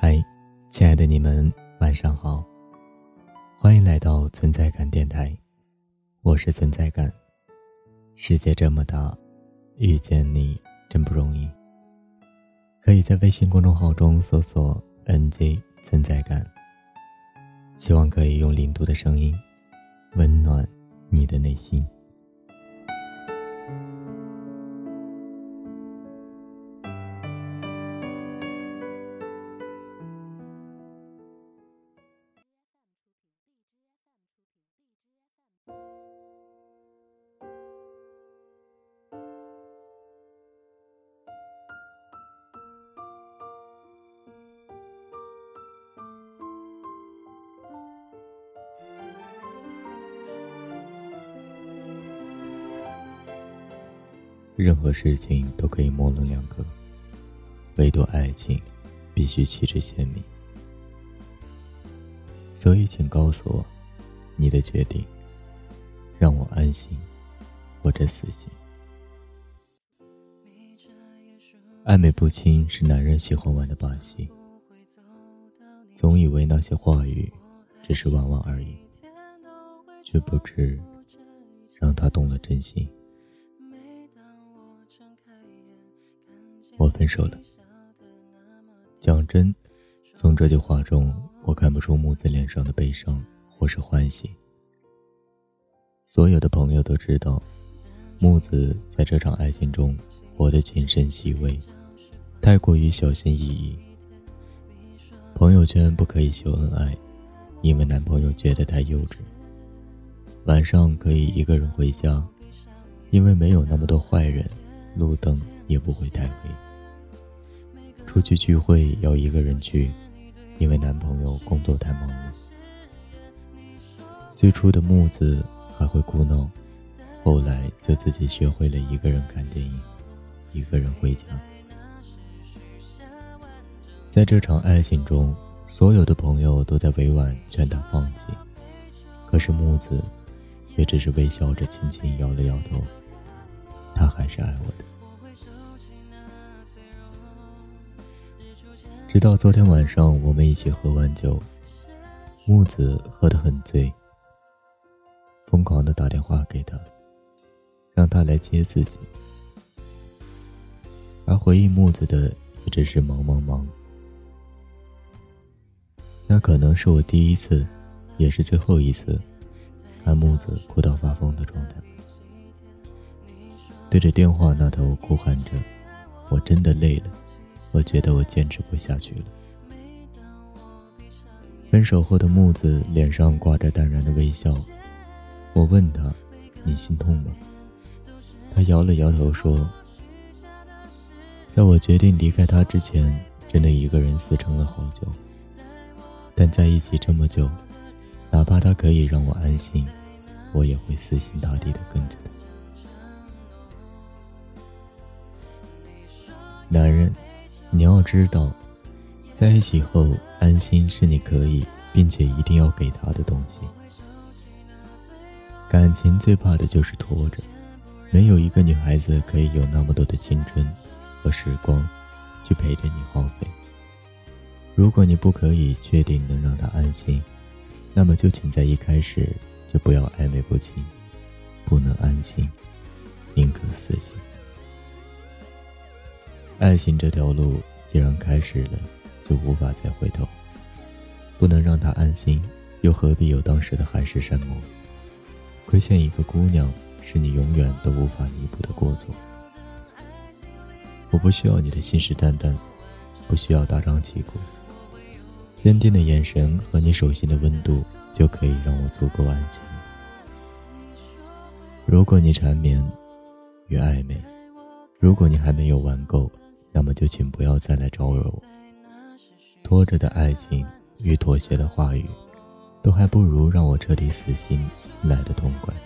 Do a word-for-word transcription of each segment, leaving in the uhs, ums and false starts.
嗨，亲爱的你们，晚上好，欢迎来到存在感电台，我是存在感。世界这么大，遇见你真不容易。可以在微信公众号中搜索 N J 存在感，希望可以用零度的声音温暖你的内心。任何事情都可以模棱两可，唯独爱情必须旗帜鲜明。所以请告诉我你的决定，让我安心或者死心。暧昧不清是男人喜欢玩的把戏，总以为那些话语只是玩玩而已，却不知让他动了真心。我分手了。讲真，从这句话中我看不出木子脸上的悲伤或是欢喜。所有的朋友都知道，木子在这场爱情中活得谨慎细微，太过于小心翼翼。朋友圈不可以秀恩爱，因为男朋友觉得太幼稚。晚上可以一个人回家，因为没有那么多坏人，路灯也不会太黑。出去聚会要一个人去，因为男朋友工作太忙了。最初的木子还会哭闹，后来就自己学会了一个人看电影，一个人回家。在这场爱情中，所有的朋友都在委婉劝他放弃，可是木子也只是微笑着轻轻摇了摇头，他还是爱我的。直到昨天晚上我们一起喝完酒，木子喝得很醉，疯狂地打电话给他，让他来接自己。而回应木子的也只是忙忙忙。那可能是我第一次，也是最后一次看木子哭到发疯的状态。对着电话那头哭喊着，我真的累了，我觉得我坚持不下去了。分手后的木子脸上挂着淡然的微笑，我问他，你心痛吗？他摇了摇头说，在我决定离开他之前，真的一个人死撑了好久，但在一起这么久，哪怕他可以让我安心，我也会死心塌地地跟着他。男人，你要知道，在一起后安心是你可以并且一定要给他的东西。感情最怕的就是拖着，没有一个女孩子可以有那么多的青春和时光去陪着你耗费。如果你不可以确定能让她安心，那么就请在一开始就不要暧昧不清。不能安心，宁可死心。爱情这条路既然开始了，就无法再回头。不能让她安心，又何必有当时的海誓山盟？亏欠一个姑娘，是你永远都无法弥补的过错。我不需要你的信誓旦旦，不需要大张旗鼓，坚定的眼神和你手心的温度就可以让我足够安心。如果你缠绵与暧昧，如果你还没有玩够，那么就请不要再来招惹我。拖着的爱情与妥协的话语，都还不如让我彻底死心来得痛快。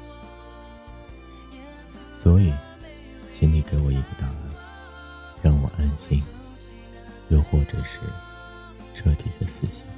所以请你给我一个答案，让我安心，又或者是彻底的死心。